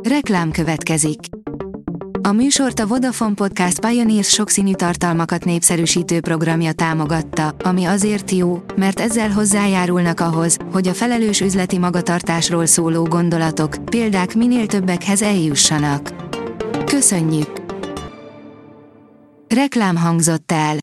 Reklám következik. A műsort a Vodafone Podcast Pioneers sokszínű tartalmakat népszerűsítő programja támogatta, ami azért jó, mert ezzel hozzájárulnak ahhoz, hogy a felelős üzleti magatartásról szóló gondolatok, példák minél többekhez eljussanak. Köszönjük! Reklám hangzott el.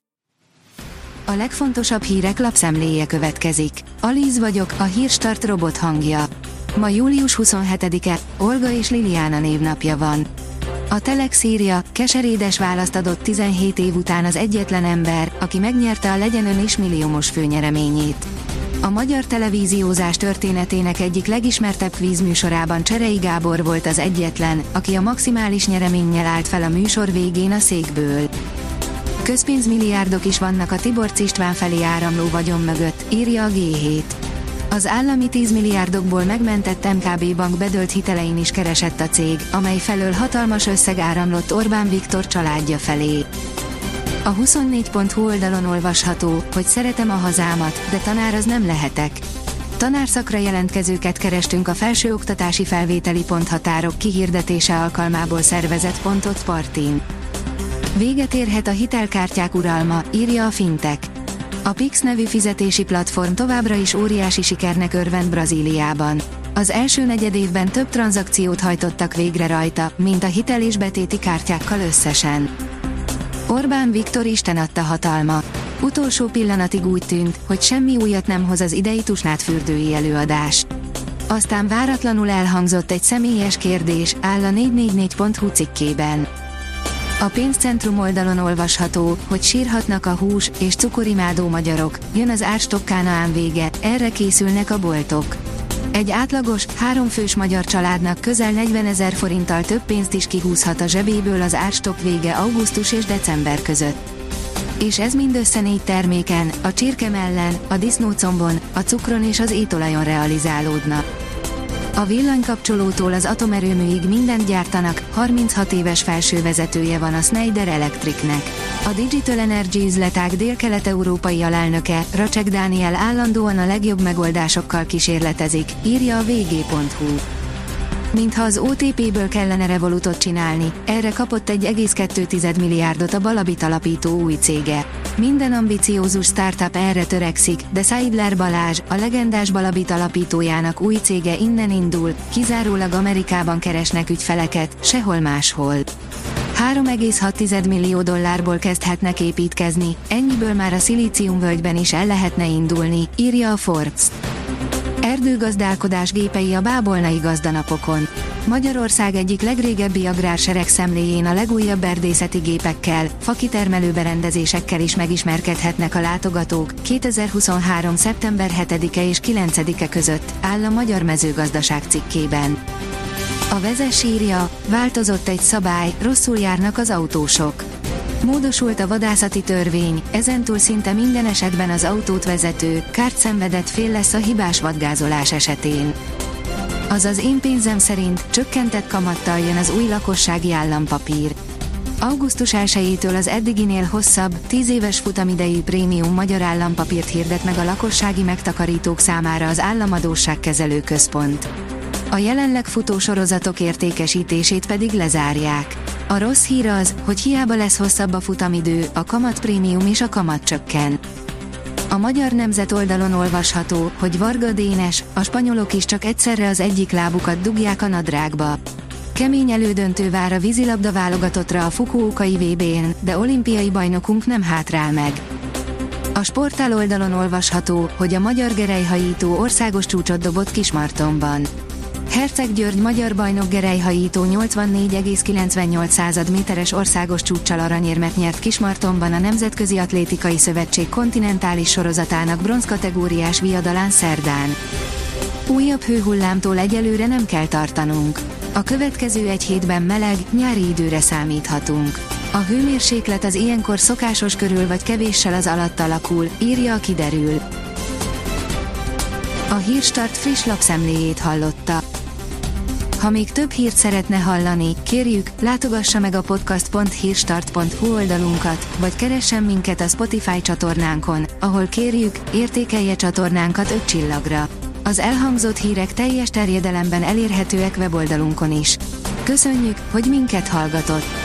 A legfontosabb hírek lapszemléje következik. Alíz vagyok, a Hírstart robot hangja. Ma július 27-e, Olga és Liliana névnapja van. A Telex írja, keserédes választ adott 17 év után az egyetlen ember, aki megnyerte a Legyen Ön is milliómos főnyereményét. A magyar televíziózás történetének egyik legismertebb kvízműsorában Cserei Gábor volt az egyetlen, aki a maximális nyereménnyel állt fel a műsor végén a székből. Közpénzmilliárdok is vannak a Tiborcs István felé áramló vagyon mögött, írja a G7. Az állami 10 milliárdokból megmentett MKB bank bedölt hitelein is keresett a cég, amely felől hatalmas összeg áramlott Orbán Viktor családja felé. A 24.hu oldalon olvasható, hogy szeretem a hazámat, de tanár az nem lehetek. Tanárszakra jelentkezőket kerestünk a felsőoktatási felvételi ponthatárok kihirdetése alkalmából szervezett pontot Partin. Véget érhet a hitelkártyák uralma, írja a Fintech. A Pix nevű fizetési platform továbbra is óriási sikernek örvend Brazíliában. Az első negyedévben több tranzakciót hajtottak végre rajta, mint a hitel- és betéti kártyákkal összesen. Orbán Viktor istenadta hatalma. Utolsó pillanatig úgy tűnt, hogy semmi újat nem hoz az idei tusnádfürdői előadás. Aztán váratlanul elhangzott egy személyes kérdés, áll a 444.hu cikkében. A pénzcentrum oldalon olvasható, hogy sírhatnak a hús- és cukorimádó magyarok, jön az árstopp Kánaán vége, erre készülnek a boltok. Egy átlagos, 3 fős magyar családnak közel 40 000 forinttal több pénzt is kihúzhat a zsebéből az árstopp vége augusztus és december között. És ez mindössze 4 terméken, a csirkemellen, a disznócombon, a cukron és az étolajon realizálódna. A villanykapcsolótól az atomerőműig mindent gyártanak, 36 éves felsővezetője van a Schneider Electricnek. A Digital Energy üzletág délkelet-európai alelnöke, Racsek Dániel állandóan a legjobb megoldásokkal kísérletezik, írja a vg.hu. Mintha az OTP-ből kellene Revolutot csinálni, erre kapott 1,2 milliárdot a Balabit alapító új cége. Minden ambiciózus startup erre törekszik, de Seidler Balázs, a legendás Balabit alapítójának új cége innen indul, kizárólag Amerikában keresnek ügyfeleket, sehol máshol. 3,6 millió dollárból kezdhetnek építkezni, ennyiből már a szilíciumvölgyben is el lehetne indulni, írja a Forbes. Erdőgazdálkodás gépei a bábolnai gazdanapokon. Magyarország egyik legrégebbi agrársereg szemléjén a legújabb erdészeti gépekkel, fakitermelő berendezésekkel is megismerkedhetnek a látogatók 2023. szeptember 7-e és 9-e között, áll a Magyar Mezőgazdaság cikkében. A Vezes írja, változott egy szabály, rosszul járnak az autósok. Módosult a vadászati törvény, ezentúl szinte minden esetben az autót vezető, kárt szenvedett fél lesz a hibás vadgázolás esetén. Azaz én pénzem szerint csökkentett kamattal jön az új lakossági állampapír. Augusztus 1-től az eddiginél hosszabb, 10 éves futamidejű prémium magyar állampapírt hirdet meg a lakossági megtakarítók számára az Államadósságkezelő Központ. A jelenleg futó sorozatok értékesítését pedig lezárják. A rossz hír az, hogy hiába lesz hosszabb a futamidő, a kamatprémium és a kamat csökken. A Magyar Nemzet oldalon olvasható, hogy Varga Dénes, a spanyolok is csak egyszerre az egyik lábukat dugják a nadrágba. Kemény elődöntő vár a vízilabda válogatottra a Fukuokai VB-n, de olimpiai bajnokunk nem hátrál meg. A Sportál oldalon olvasható, hogy a magyar gerelyhajító országos csúcsot dobott Kismartonban. Herceg György magyar bajnok gerelyhajító 84,98 méteres országos csúccsal aranyérmet nyert Kismartonban a Nemzetközi Atlétikai Szövetség kontinentális sorozatának bronzkategóriás viadalán szerdán. Újabb hőhullámtól egyelőre nem kell tartanunk. A következő egy hétben meleg, nyári időre számíthatunk. A hőmérséklet az ilyenkor szokásos körül vagy kevéssel az alatt alakul, írja a Kiderül. A Hírstart friss lapszemléjét hallotta. Ha még több hírt szeretne hallani, kérjük, látogassa meg a podcast.hírstart.hu oldalunkat, vagy keressen minket a Spotify csatornánkon, ahol kérjük, értékelje csatornánkat 5 csillagra. Az elhangzott hírek teljes terjedelemben elérhetőek weboldalunkon is. Köszönjük, hogy minket hallgatott!